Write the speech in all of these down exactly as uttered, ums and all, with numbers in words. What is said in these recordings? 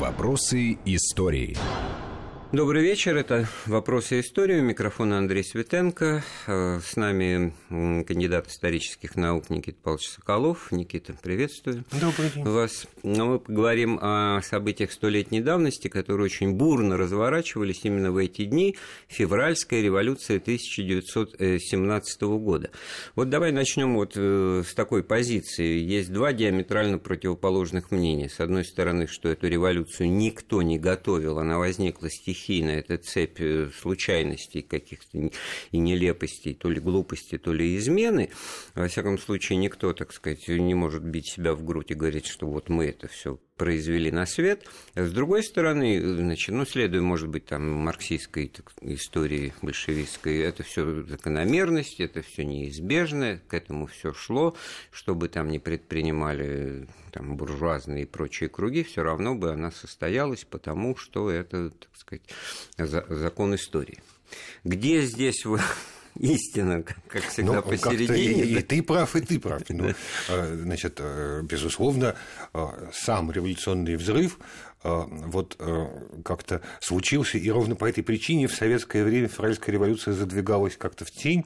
Вопросы истории. Добрый вечер, это «Вопросы истории», у микрофона Андрей Светенко, с нами кандидат исторических наук Никита Павлович Соколов. Никита, приветствую. Добрый день. Вас. Мы поговорим о событиях столетней давности, которые очень бурно разворачивались именно в эти дни, февральская революция тысяча девятьсот семнадцатого года. Вот давай начнем вот с такой позиции. Есть два диаметрально противоположных мнения. С одной стороны, что эту революцию никто не готовил, она возникла стихийно. Это цепь случайностей каких-то и нелепостей, то ли глупости, то ли измены. Во всяком случае, никто, так сказать, не может бить себя в грудь и говорить, что вот мы это все произвели на свет. С другой стороны, значит, ну, следуя, может быть, там, марксистской так, истории большевистской, это все закономерность, это все неизбежно, к этому все шло, что бы там ни предпринимали там, буржуазные и прочие круги, все равно бы она состоялась, потому что это, так сказать, закон истории. Где здесь вы... Истина, как всегда, ну, посередине. И, и ты прав, и ты прав. Ну, значит, безусловно, сам революционный взрыв вот как-то случился, и ровно по этой причине в советское время февральская революция задвигалась как-то в тень,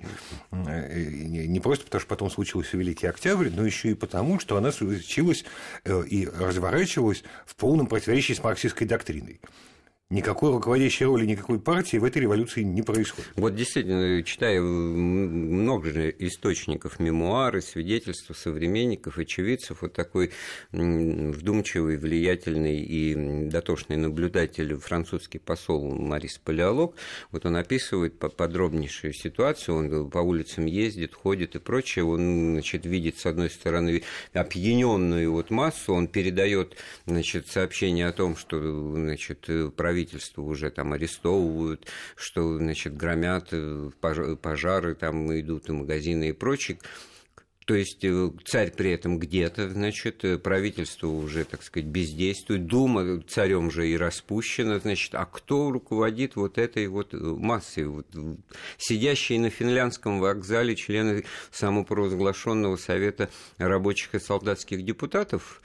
не просто потому, что потом случился Великий Октябрь, но еще и потому, что она случилась и разворачивалась в полном противоречии с марксистской доктриной. Никакой руководящей роли никакой партии в этой революции не происходит. Вот действительно, читая много же источников, мемуары, свидетельства современников, очевидцев, вот такой вдумчивый, влиятельный и дотошный наблюдатель, французский посол Марис Палеолог, вот он описывает подробнейшую ситуацию, он по улицам ездит, ходит и прочее, он, значит, видит, с одной стороны, опьяненную вот массу, он передает, значит, сообщение о том, что, значит, правительство правительство уже там арестовывают, что, значит, громят, пожары там идут, и магазины и прочее. То есть царь при этом где-то, значит, правительство уже, так сказать, бездействует, дума царем же и распущена, значит, а кто руководит вот этой вот массой? Вот, сидящие на финляндском вокзале члены самопровозглашенного Совета рабочих и солдатских депутатов?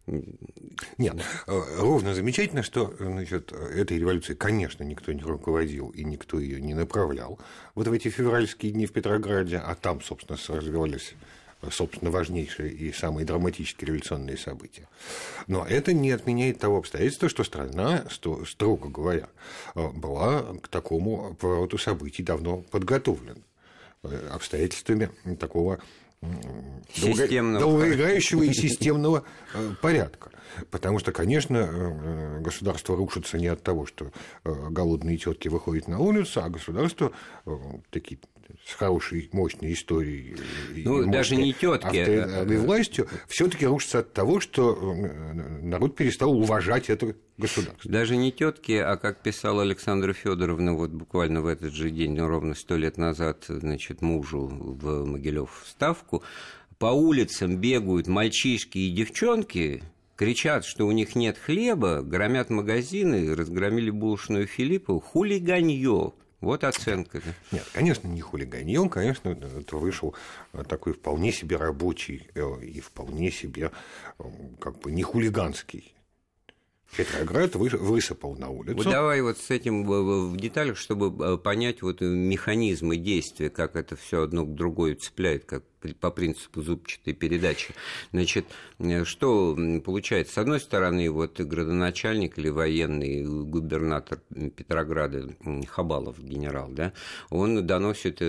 Нет, ровно замечательно, что, значит, этой революцией, конечно, никто не руководил и никто ее не направлял. Вот в эти февральские дни в Петрограде, а там, собственно, развивались, собственно, важнейшие и самые драматические революционные события. Но это не отменяет того обстоятельства, что страна, строго говоря, была к такому повороту событий давно подготовлена обстоятельствами такого системного. долгоиграющего и системного порядка. Потому что, конечно, государство рушится не от того, что голодные тетки выходят на улицу, а государство такие с хорошей, мощной историей ну, и даже не тетки, автономной властью, все-таки рушится от того, что народ перестал уважать это государство. Даже не тетки, а как писала Александра Федоровна вот буквально в этот же день, ну, ровно сто лет назад, значит, мужу в Могилёв в Ставку, по улицам бегают мальчишки и девчонки, кричат, что у них нет хлеба, громят магазины, разгромили булочную Филиппову, хулиганье. Вот оценка. Нет, конечно, не хулиганье, конечно, это вышел такой вполне себе рабочий и вполне себе как бы не хулиганский. Петроград высыпал на улицу. Вот давай вот с этим в деталях, чтобы понять вот механизмы действия, как это все одно к другому цепляет, как по принципу зубчатой передачи. Значит, что получается? С одной стороны, вот градоначальник или военный губернатор Петрограда Хабалов, генерал, да, он доносит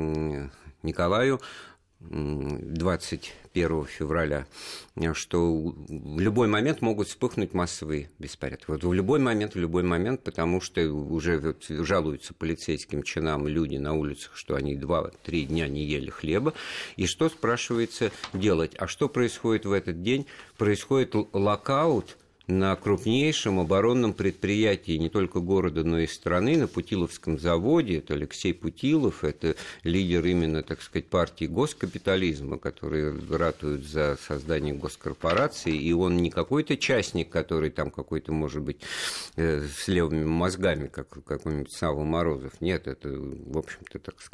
Николаю двадцать первого февраля, что в любой момент могут вспыхнуть массовые беспорядки. Вот в любой момент, в любой момент, потому что уже вот жалуются полицейским чинам люди на улицах, что они два-три дня не ели хлеба. И что, спрашивается, делать? А что происходит в этот день? Происходит локаут на крупнейшем оборонном предприятии не только города, но и страны, на Путиловском заводе. Это Алексей Путилов, это лидер именно, так сказать, партии госкапитализма, которые ратуют за создание госкорпорации, и он не какой-то частник, который там какой-то, может быть, с левыми мозгами, как какой-нибудь Савва Морозов. Нет, это, в общем-то, так сказать,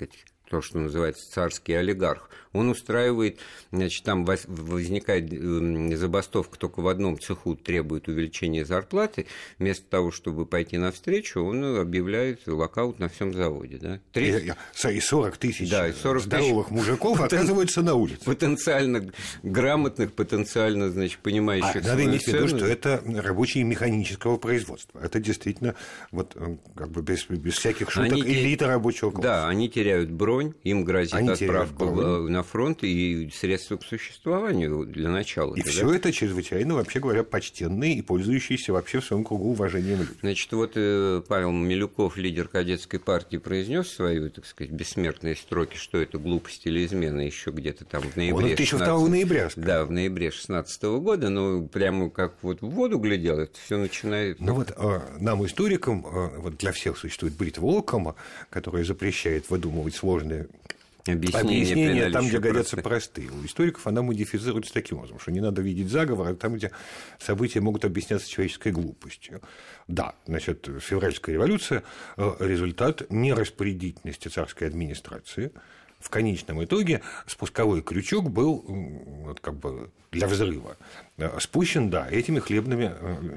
то, что называется царский олигарх, он устраивает, значит, там возникает забастовка только в одном цеху, требует увеличения зарплаты, вместо того, чтобы пойти навстречу, он объявляет локаут на всем заводе. Да? тридцать... И сорок тысяч да, сорок здоровых тысяч... мужиков оказываются на улице. Потенциально грамотных, потенциально, значит, понимающих а, надо иметь в виду, цену. что это рабочие механического производства. Это действительно вот, как бы без, без всяких шуток они элита рабочего класса. Да, они теряют бронь, им грозит они отправка на фронт и средства к существованию для начала. И все да? это чрезвычайно, вообще говоря, почтенные и пользующиеся вообще в своем кругу уважением люди. Значит, вот Павел Милюков, лидер кадетской партии, произнес свои, так сказать, бессмертные строки, что это глупость или измена еще где-то там в ноябре. Он тысяча второго ноября сказал. Да, в ноябре шестнадцатого года, но прямо как вот в воду глядел, это все начинает... Ну вот нам, историкам, вот для всех существует бритва Оккама, которая запрещает выдумывать сложные объяснения, объяснения там, где годятся простые. У историков она модифицируется таким образом, что не надо видеть заговор, а там, где события могут объясняться человеческой глупостью. Да, значит, февральская революция – результат нераспорядительности царской администрации. В конечном итоге спусковой крючок был вот, как бы для взрыва спущен, да, этими хлебными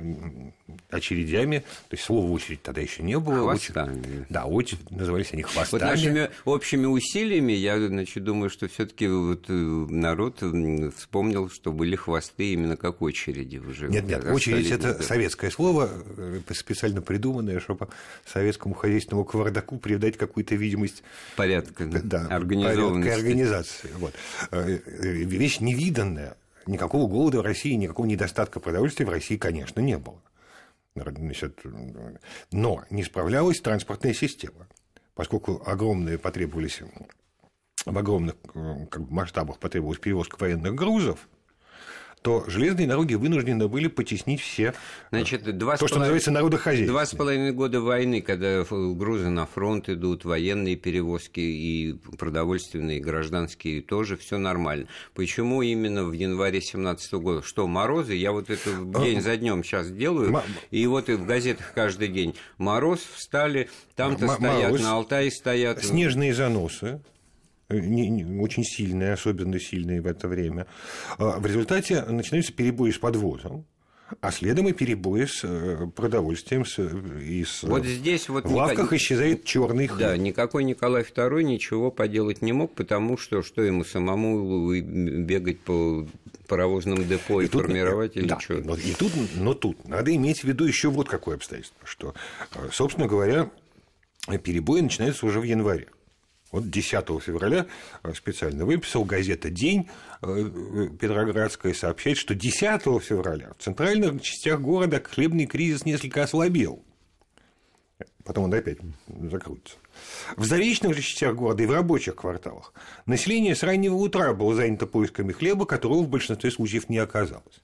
очередями, то есть слова очередь тогда еще не было. Хвостами. Очередь, да, очередь, назывались они хвостами. Вот нашими общими усилиями я, значит, думаю, что все-таки вот народ вспомнил, что были хвосты именно как очереди уже. Нет, нет, очередь – это да. советское слово, специально придуманное, чтобы советскому хозяйственному кавардаку придать какую-то видимость порядка, да, организованности. Порядка, организации. Вот. Вещь невиданная. Никакого голода в России, никакого недостатка продовольствия в России, конечно, не было. Значит, но не справлялась транспортная система, поскольку огромные потребовались, в огромных как бы, масштабах потребовалась перевозка военных грузов, то железные дороги вынуждены были потеснить все, значит, два то, что полов... называется народохозяйство. Два с половиной года войны, когда грузы на фронт идут, военные перевозки и продовольственные, и гражданские тоже, все нормально. Почему именно в январе семнадцатого года? Что, морозы? Я вот это день за днем сейчас делаю, М... и вот и в газетах каждый день мороз, встали, там-то М- стоят, мороз, на Алтае стоят. Снежные заносы. Не, не, очень сильные, особенно сильные в это время. В результате начинаются перебои с подвозом, а следом и перебои с продовольствием. С, и с... Вот здесь вот в лавках никак... исчезает черный хлеб. Да, никакой Николай второй ничего поделать не мог, потому что что ему самому бегать по паровозным депо и, и формировать тут, или да, что? Но, и тут, но тут надо иметь в виду еще вот какое обстоятельство, что, собственно говоря, перебои начинаются уже в январе. Вот десятого февраля специально выписал газета «День» петроградская, сообщает, что десятого февраля в центральных частях города хлебный кризис несколько ослабел. Потом он опять закрутится. В заречных же частях города и в рабочих кварталах население с раннего утра было занято поисками хлеба, которого в большинстве случаев не оказалось.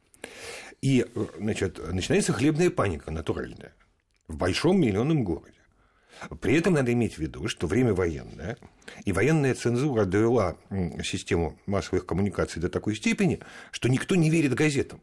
И, значит, начинается хлебная паника натуральная в большом миллионном городе. При этом надо иметь в виду, что время военное, и военная цензура довела систему массовых коммуникаций до такой степени, что никто не верит газетам.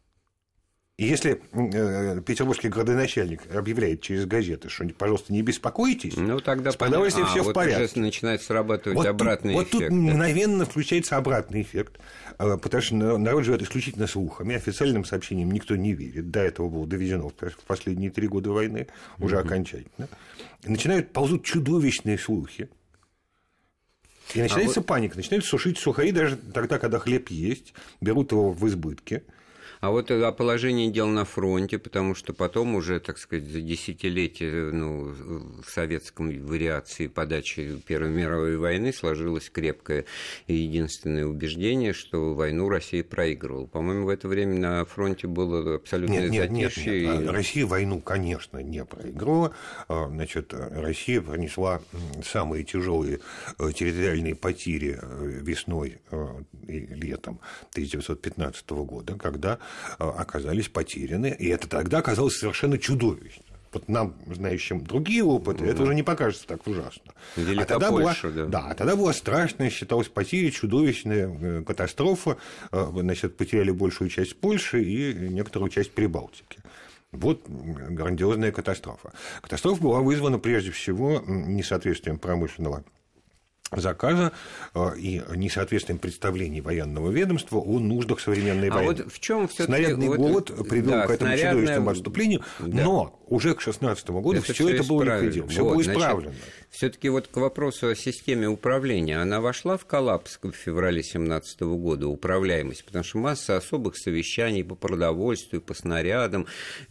И если петербургский градоначальник объявляет через газеты, что, пожалуйста, не беспокойтесь, ну, тогда с продовольствием а, все вот в порядке. Уже начинает срабатывать вот обратный тут, эффект. Вот тут да? мгновенно включается обратный эффект, потому что народ живет исключительно слухами, официальным сообщениям никто не верит. До этого было доведено в последние три года войны, уже угу. окончательно. И начинают ползут чудовищные слухи. И начинается а вот... паника, начинают сушить сухари даже тогда, когда хлеб есть, берут его в избытке. А вот о положении дел на фронте, потому что потом уже, так сказать, за десятилетия ну, в советском вариации подачи Первой мировой войны сложилось крепкое и единственное убеждение, что войну Россия проигрывала. По-моему, в это время на фронте было абсолютное нет, нет, затишье. Нет, нет. Россия войну, конечно, не проигрывала. Значит, Россия понесла самые тяжелые территориальные потери весной и летом тысяча девятьсот пятнадцатого года, когда оказались потеряны, и это тогда оказалось совершенно чудовищно. Вот нам, знающим другие опыты, mm-hmm. это уже не покажется так ужасно. А тогда, Польша, была, да. Да, тогда была страшная, считалась потеря, чудовищная катастрофа. Значит, потеряли большую часть Польши и некоторую часть Прибалтики. Вот грандиозная катастрофа. Катастрофа была вызвана прежде всего несоответствием промышленного заказа и несоответствием представлений военного ведомства о нуждах современной а войны. Вот в чем снарядный вот, голод привел да, к этому снарядная... чудовищному отступлению, да. но уже к шестнадцатому году это все это было ликвидировано, все вот, было исправлено. Все-таки вот к вопросу о системе управления, она вошла в коллапс в феврале семнадцатого года, управляемость, потому что масса особых совещаний по продовольствию, по снарядам,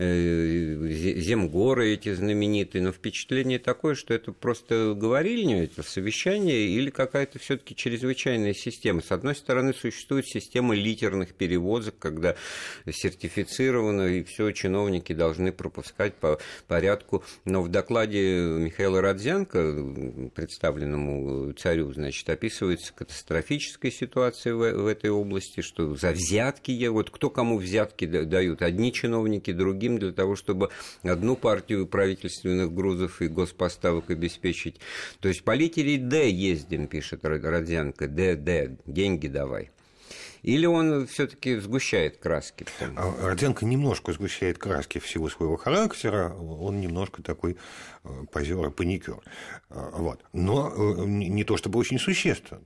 земгоры эти знаменитые, но впечатление такое, что это просто говорильня, это совещание или какая-то все-таки чрезвычайная система. С одной стороны, существует система литерных перевозок, когда сертифицировано, и все чиновники должны пропускать по порядку, но в докладе Михаила Родзянко, представленному царю, значит, описывается катастрофическая ситуация в, в этой области, что за взятки, вот кто кому взятки дают, одни чиновники другим для того, чтобы одну партию правительственных грузов и господставок обеспечить. То есть по литере «Д» ездим, пишет Родзянко, «Д, Д, деньги давай». Или он все-таки сгущает краски? Родзянко немножко сгущает краски в силу своего характера, он немножко такой позер и паникер. Вот. Но не то чтобы очень существенно.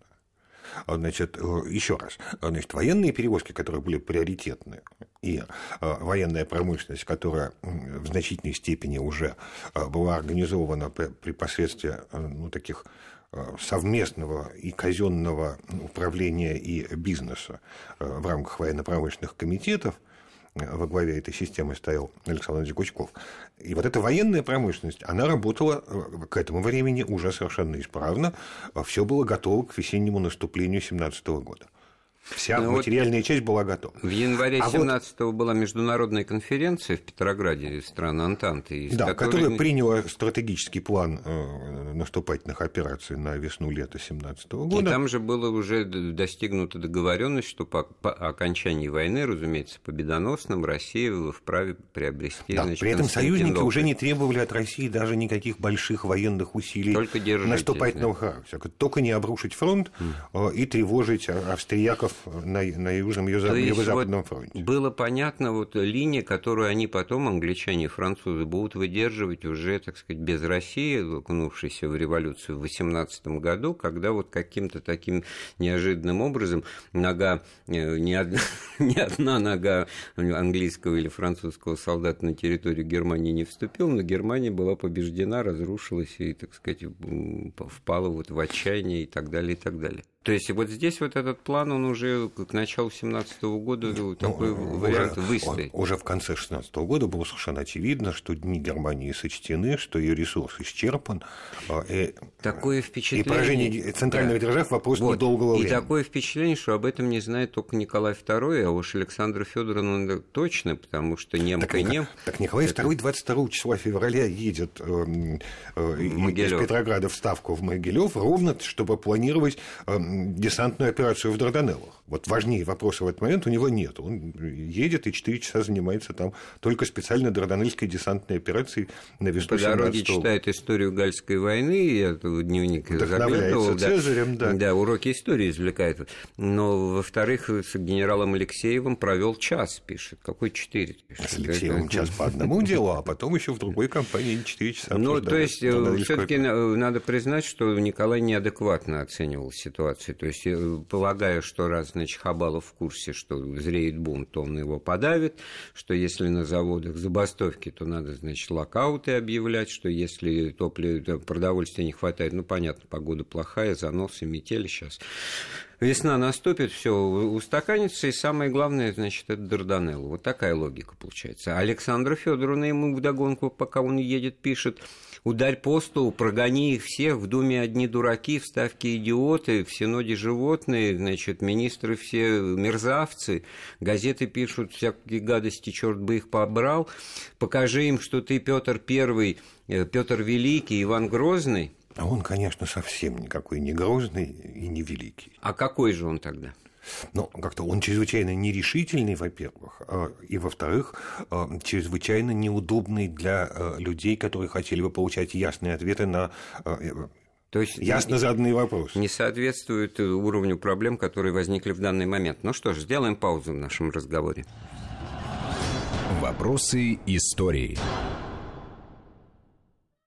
Значит, еще раз, значит, военные перевозки, которые были приоритетны, и военная промышленность, которая в значительной степени уже была организована при посредстве ну, таких совместного и казенного управления и бизнеса в рамках военно-промышленных комитетов, во главе этой системы стоял Александр Дегучков. И вот эта военная промышленность, она работала к этому времени уже совершенно исправно, все было готово к весеннему наступлению семнадцатого года. Вся ну материальная вот часть была готова. В январе семнадцатого вот была международная конференция в Петрограде стран Антанты. Да, которой... которая приняла стратегический план наступательных операций на весну-лето семнадцатого года. И там же было уже достигнута договоренность, что по, по окончании войны, разумеется, победоносным, Россия вправе приобрести... Да, значит, при этом союзники уже не требовали от России даже никаких больших военных усилий наступательного да. характера. Только не обрушить фронт mm. и тревожить австрияков на, на Южном и Юго-Западном вот фронте. Было понятно, вот линия, которую они потом, англичане и французы, будут выдерживать уже, так сказать, без России, окунувшейся в революцию в восемнадцатом году, когда вот каким-то таким неожиданным образом нога, не одна, не одна нога английского или французского солдата на территорию Германии не вступила, но Германия была побеждена, разрушилась и, так сказать, впала вот в отчаяние и так далее, и так далее. То есть вот здесь вот этот план, он уже к началу семнадцатого года ну, такой ну, вариант уже, выстоит. Уже в конце шестнадцатого года было совершенно очевидно, что дни Германии сочтены, что ее ресурс исчерпан. И, такое впечатление... И поражение центральных да. держав вопрос вот. недолгого и времени. И такое впечатление, что об этом не знает только Николай второй, а уж Александра Фёдоровна точно, потому что немка так, нем... Так Николай второй двадцать второго числа февраля едет э, э, из Петрограда в Ставку в Могилёв ровно, чтобы планировать... Э, десантную операцию в Дарданеллах. Вот важнее вопроса в этот момент у него нет. Он едет и четыре часа занимается там только специально дарданельской десантной операцией на весну семнадцатого года. По дороге семнадцатого читает историю Гальской войны, я в дневник заглядывал. Да, Цезарем, да. Да, уроки истории извлекает. Но, во-вторых, с генералом Алексеевым провел час, пишет. Какой четыре? С Алексеевым это... час по одному делу, а потом еще в другой компании четыре часа. Ну, то есть, все-таки надо признать, что Николай неадекватно оценивал ситуацию. То есть, полагая, что раз, значит, Хабалов в курсе, что зреет бунт, то он его подавит, что если на заводах забастовки, то надо, значит, локауты объявлять, что если топлива, продовольствия не хватает, ну, понятно, погода плохая, заносы, метели сейчас. Весна наступит, все устаканится, и самое главное, значит, это Дарданеллы. Вот такая логика получается. Александра Фёдоровна ему вдогонку, пока он едет, пишет: ударь по столу, прогони их всех, в Думе одни дураки, в Ставке идиоты, в Синоде животные, значит, министры все мерзавцы, газеты пишут всякие гадости, черт бы их побрал, покажи им, что ты Петр Первый, Петр Великий, Иван Грозный. А он, конечно, совсем никакой не Грозный и не Великий. А какой же он тогда? Ну, как-то он чрезвычайно нерешительный, во-первых, и, во-вторых, чрезвычайно неудобный для людей, которые хотели бы получать ясные ответы на То есть ясно заданные вопросы. Не соответствует уровню проблем, которые возникли в данный момент. Ну что ж, сделаем паузу в нашем разговоре. Вопросы истории.